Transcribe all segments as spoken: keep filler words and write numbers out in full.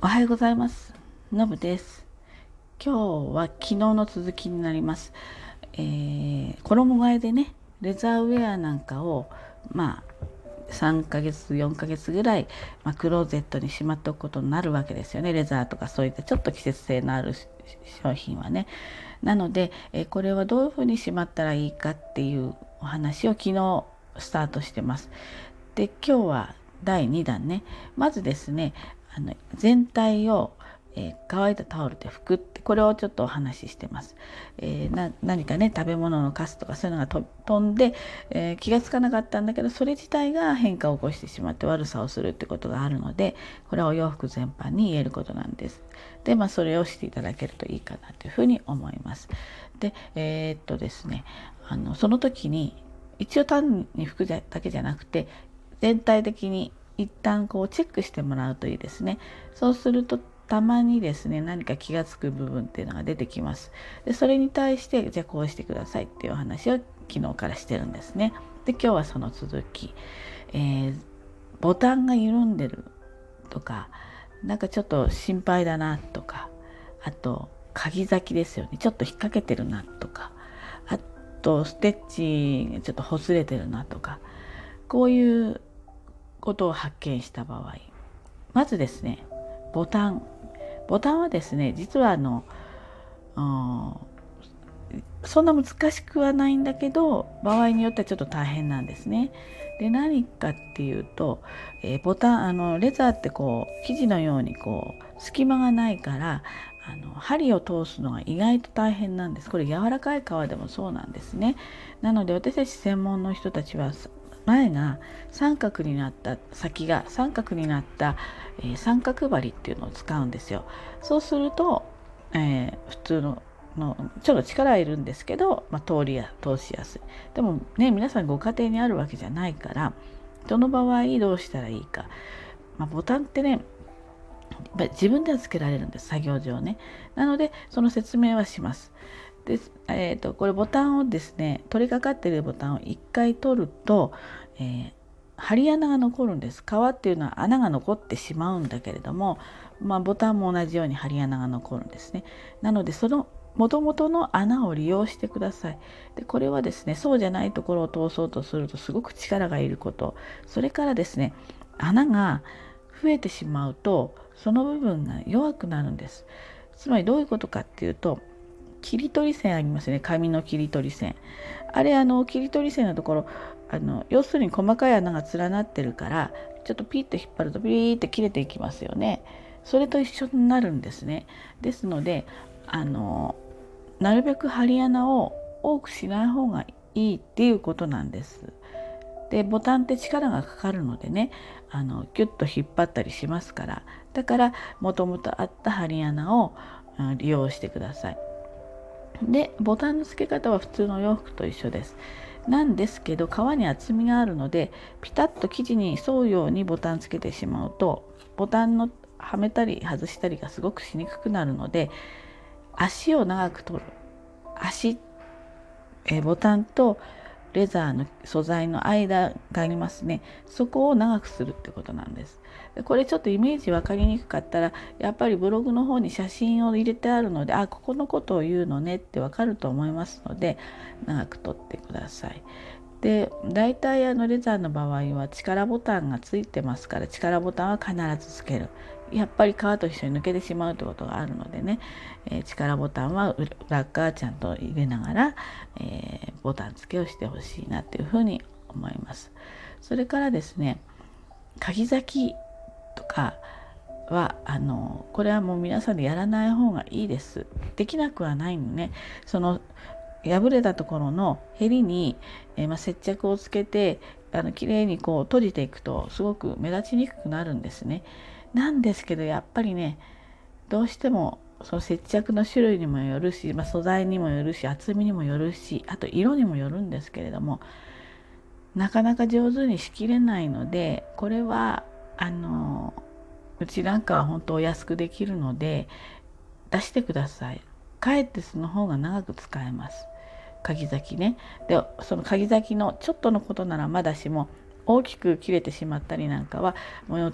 おはようございます。のぶです。今日は昨日の続きになります。えー、衣替えでね、レザーウェアなんかをまあさんかげつよんかげつぐらい、まあ、クローゼットにしまっておくことになるわけですよね。レザーとかそういったちょっと季節性のある商品はね。なので、えーこれはどういうふうにしまったらいいかっていうお話を昨日スタートしてます。で、今日はだいにだんね。まずですね、あの全体を、えー乾いたタオルで拭くって、これをちょっとお話ししてます。えーな何かね、食べ物のカスとかそういうのがと飛んで、えー気がつかなかったんだけど、それ自体が変化を起こしてしまって悪さをするってことがあるので、これはお洋服全般に言えることなんです。で、まあそれをしていただけるといいかなというふうに思います。で、えーっとですね、あのその時に一応単に服だけじゃなくて、全体的に一旦こうチェックしてもらうといいですね。そうするとたまにですね、何か気がつく部分っていうのが出てきます。で、それに対してじゃあこうしてくださいっていうお話を昨日からしてるんですね。で、今日はその続き、えーボタンが緩んでるとか、なんかちょっと心配だなとか、あと鍵先ですよね、ちょっと引っ掛けてるなとか、あとステッチちょっとほつれてるなとか、こういうことを発見した場合、まずですね、ボタンボタンはですね、実はあのそんな難しくはないんだけど、場合によってはちょっと大変なんですね。で、何かっていうと、えーボタンあのレザーってこう生地のようにこう隙間がないから、あの針を通すのが意外と大変なんです。これ柔らかい革でもそうなんですね。なので私たち専門の人たちは、前が三角になった先が三角になった、えー三角針っていうのを使うんですよ。そうすると、えー普通ののちょっと力はいるんですけど、まあ、通りや通しやすい。でもね、皆さんご家庭にあるわけじゃないから、その場合どうしたらいいか、まあ、ボタンってね、やっぱり自分ではつけられるんです、作業上ね。なのでその説明はします。で、えー、とこれボタンをですね、取り掛かっているボタンをいっかい取ると、えー針穴が残るんです。革っていうのは穴が残ってしまうんだけれども、まあ、ボタンも同じように針穴が残るんですね。なのでその元々の穴を利用してください。で、これはですね、そうじゃないところを通そうとするとすごく力がいること、それからですね、穴が増えてしまうとその部分が弱くなるんです。つまりどういうことかっていうと、切り取り線ありますね、紙の切り取り線。あれ、あの切り取り線のところ、あの要するに細かい穴が連なってるから、ちょっとピッと引っ張るとピーって切れていきますよね。それと一緒になるんですね。ですので、あのなるべく針穴を多くしない方がいいっていうことなんです。で、ボタンって力がかかるのでね、あのキュッと引っ張ったりしますから、だからもともとあった針穴を利用してください。で、ボタンの付け方は普通のお洋服と一緒です。なんですけど、革に厚みがあるので、ピタッと生地に沿うようにボタンつけてしまうと、ボタンのはめたり外したりがすごくしにくくなるので、足を長く取る。足、えーボタンとレザーの素材の間がありますね。そこを長くするってことなんです。で、これちょっとイメージ分かりにくかったら、やっぱりブログの方に写真を入れてあるので、あ、ここのことを言うのねって分かると思いますので、長く取ってください。で、大体あのレザーの場合は力ボタンがついてますから、力ボタンは必ずつける。やっぱり皮と一緒に抜けてしまうってことがあるのでね、えー力ボタンは裏側ちゃんと入れながら、えーボタン付けをしてほしいなっていうふうに思います。それからですね、鍵先とかはあのこれはもう皆さんでやらない方がいいです。できなくはないのね。その破れたところのへりに、えーまあ、接着をつけて、あの綺麗にこう閉じていくとすごく目立ちにくくなるんですね。なんですけど、やっぱりね、どうしてもその接着の種類にもよるし、まあ、素材にもよるし、厚みにもよるし、あと色にもよるんですけれども、なかなか上手にしきれないので、これはあのうちなんかは本当お安くできるので出してください。かえってその方が長く使えます。鍵先ね。で、その鍵先のちょっとのことならまだしも、大きく切れてしまったりなんかはもう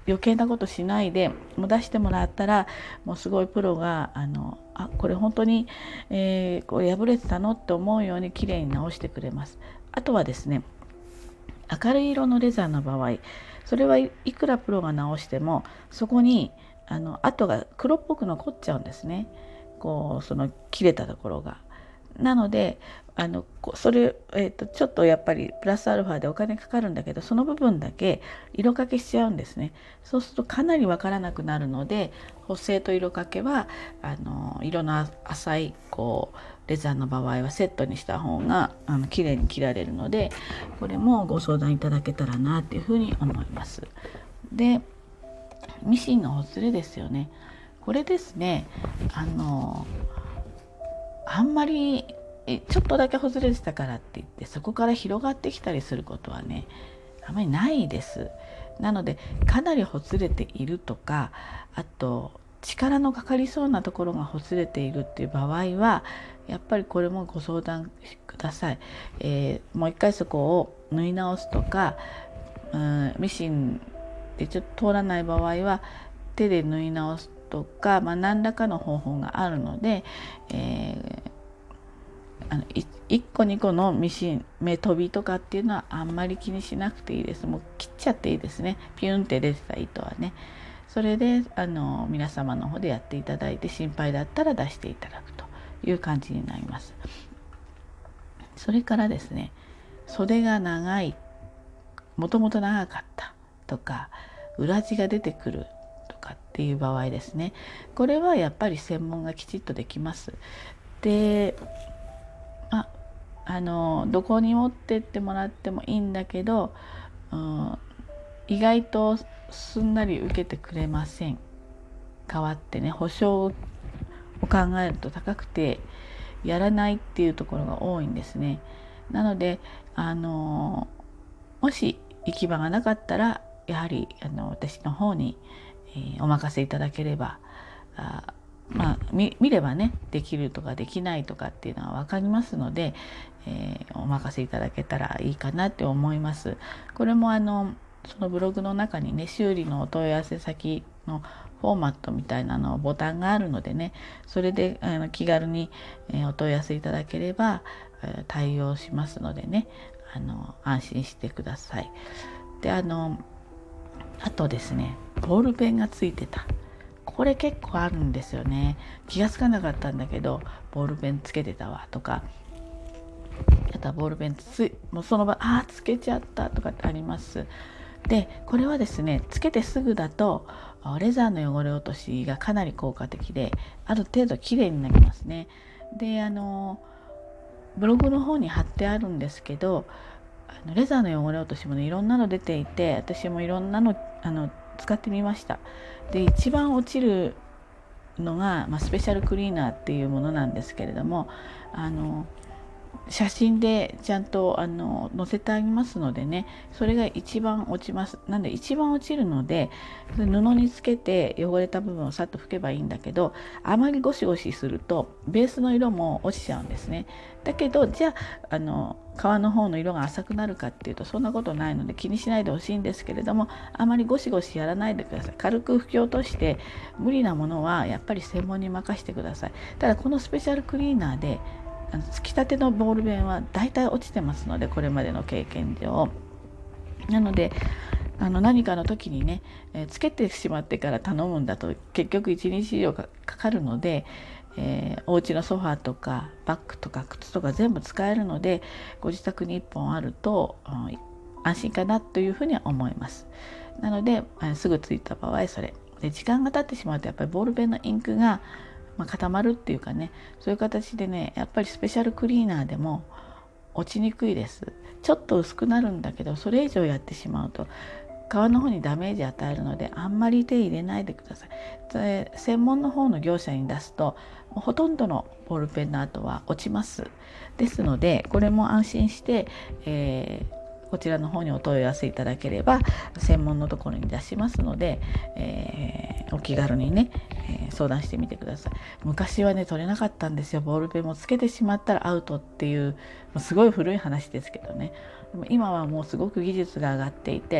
余計なことしないでもう出してもらったら、もうすごいプロがあのあこれ本当に、えー、これ破れてたのって思うようにきれいに直してくれます。あとはですね、明るい色のレザーの場合、それはいくらプロが直してもそこにあの跡が黒っぽく残っちゃうんですね。こうその切れたところが。なのであのそれ、えーと、ちょっとやっぱりプラスアルファでお金かかるんだけど、その部分だけ色かけしちゃうんですね。そうするとかなりわからなくなるので、補正と色かけはあの色の浅いこうレザーの場合はセットにした方があの綺麗に切られるので、これもご相談いただけたらなっていうふうに思います。で、ミシンのほつれですよね。これですね、あのあんまりちょっとだけほつれてたからって言ってそこから広がってきたりすることはね、あまりないです。なのでかなりほつれているとか、あと力のかかりそうなところがほつれているっていう場合は、やっぱりこれもご相談ください。えー、もう一回そこを縫い直すとか、うん、ミシンでちょっと通らない場合は手で縫い直すとか、まあ、何らかの方法があるので、えーあのいっこにこのミシン目飛びとかっていうのはあんまり気にしなくていいです。もう切っちゃっていいですね。ピュンって出てた糸はね。それであの皆様の方でやっていただいて、心配だったら出していただくという感じになります。それからですね、袖が長い、もともと長かったとか、裏地が出てくるとかっていう場合ですね、これはやっぱり専門がきちっとできます。で、ああのどこに持ってってもらってもいいんだけど、うん、意外とすんなり受けてくれません。代わってね、保証を考えると高くてやらないっていうところが多いんですね。なのであのもし行き場がなかったら、やはりあの私の方に、えー、お任せいただければ、あまあ、見, 見ればね、できるとかできないとかっていうのは分かりますので、えー、お任せいただけたらいいかなって思います。これもあのそのブログの中にね、修理のお問い合わせ先のフォーマットみたいなのボタンがあるのでね、それであの気軽に、えー、お問い合わせいただければ、えー、対応しますのでね、あの安心してください。で、あのあとですね、ボールペンがついてた、これ結構あるんですよね。気がつかなかったんだけどボールペンつけてたわとか、あとはボールペンつもうその場あーつけちゃったとかってあります。でこれはですね、つけてすぐだとレザーの汚れ落としがかなり効果的で、ある程度きれいになりますね。で、あのブログの方に貼ってあるんですけど、あのレザーの汚れ落としもね、いろんなの出ていて、私もいろんなのあの使ってみました。で、一番落ちるのが、まあ、スペシャルクリーナーっていうものなんですけれども、あの写真でちゃんとあの載せてあげますのでね、それが一番落ちます。なんで一番落ちるので、布につけて汚れた部分をさっと拭けばいいんだけど、あまりゴシゴシするとベースの色も落ちちゃうんですね。だけどじゃあ、あの皮の方の色が浅くなるかっていうとそんなことないので気にしないでほしいんですけれども、あまりゴシゴシやらないでください。軽く拭き落として、無理なものはやっぱり専門に任せてください。ただこのスペシャルクリーナーであのつきたてのボールペンはだいたい落ちてますので、これまでの経験上。なのであの何かの時にね、えー、つけてしまってから頼むんだと結局いちにち以上かかるので、えー、お家のソファーとかバッグとか靴とか全部使えるので、ご自宅にいっぽんあると、うん、安心かなというふうには思います。なので、えー、すぐついた場合それで、時間が経ってしまうとやっぱりボールペンのインクがまあ、固まるっていうかね、そういう形でね、やっぱりスペシャルクリーナーでも落ちにくいです。ちょっと薄くなるんだけど、それ以上やってしまうと皮の方にダメージ与えるので、あんまり手入れないでください。で、専門の方の業者に出すとほとんどのボールペンの跡は落ちます。ですのでこれも安心して、えーこちらの方にお問い合わせいただければ専門のところに出しますので、えー、お気軽にね、えー、相談してみてください。昔はね取れなかったんですよ。ボールペンもつけてしまったらアウトっていうすごい古い話ですけどね。でも今はもうすごく技術が上がっていて、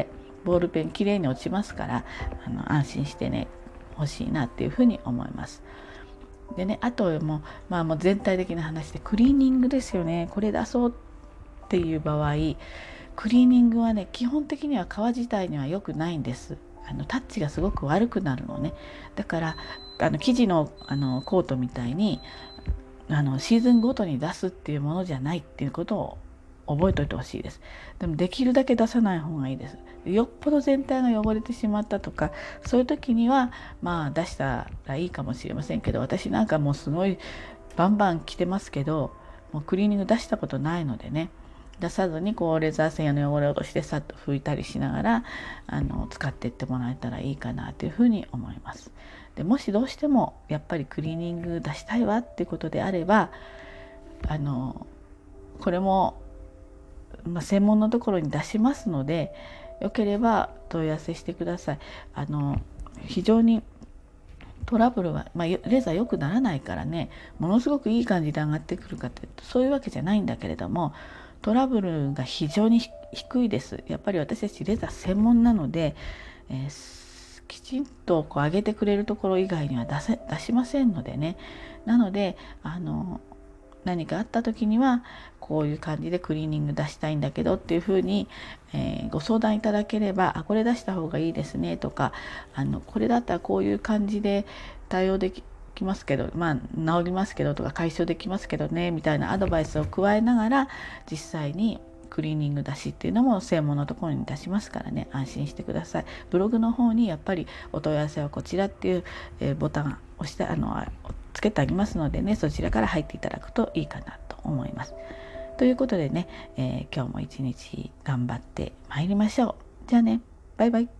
ボールペンきれいに落ちますから、あの安心してね欲しいなっていうふうに思います。でね、あともう、まあ、もう全体的な話でクリーニングですよね。これ出そうっていう場合、クリーニングはね基本的には革自体には良くないんです。あのタッチがすごく悪くなるのね。だからあの生地の、あのコートみたいにあのシーズンごとに出すっていうものじゃないっていうことを覚えておいてほしいです。でもできるだけ出さない方がいいです。よっぽど全体が汚れてしまったとか、そういう時にはまあ出したらいいかもしれませんけど、私なんかもうすごいバンバン着てますけど、もうクリーニング出したことないのでね、出さずにこうレザー線の汚れを落としてさっと拭いたりしながらあの使っていってもらえたらいいかなというふうに思います。でもしどうしてもやっぱりクリーニング出したいわっていうことであれば、あのこれも、まあ、専門のところに出しますので、よければ問い合わせしてください。あの非常にトラブルは、まあ、レーザー良くならないからね、ものすごくいい感じで上がってくるかというとそういうわけじゃないんだけれども、トラブルが非常に低いです。やっぱり私たちレーザー専門なので、えー、きちんとこう上げてくれるところ以外には出せ出しませんのでね。なのであの何かあった時にはこういう感じでクリーニング出したいんだけどっていうふうに、えー、ご相談いただければ、あこれ出した方がいいですねとか、あのこれだったらこういう感じで対応できますけど、まあ治りますけどとか解消できますけどねみたいなアドバイスを加えながら、実際にクリーニング出しっていうのも専門のところに出しますからね、安心してください。ブログの方にやっぱりお問い合わせはこちらっていう、えー、ボタンを押してあのつけてありますのでね、そちらから入っていただくといいかなと思います。ということでね、えー、今日も一日頑張ってまいりましょう。じゃあね、バイバイ。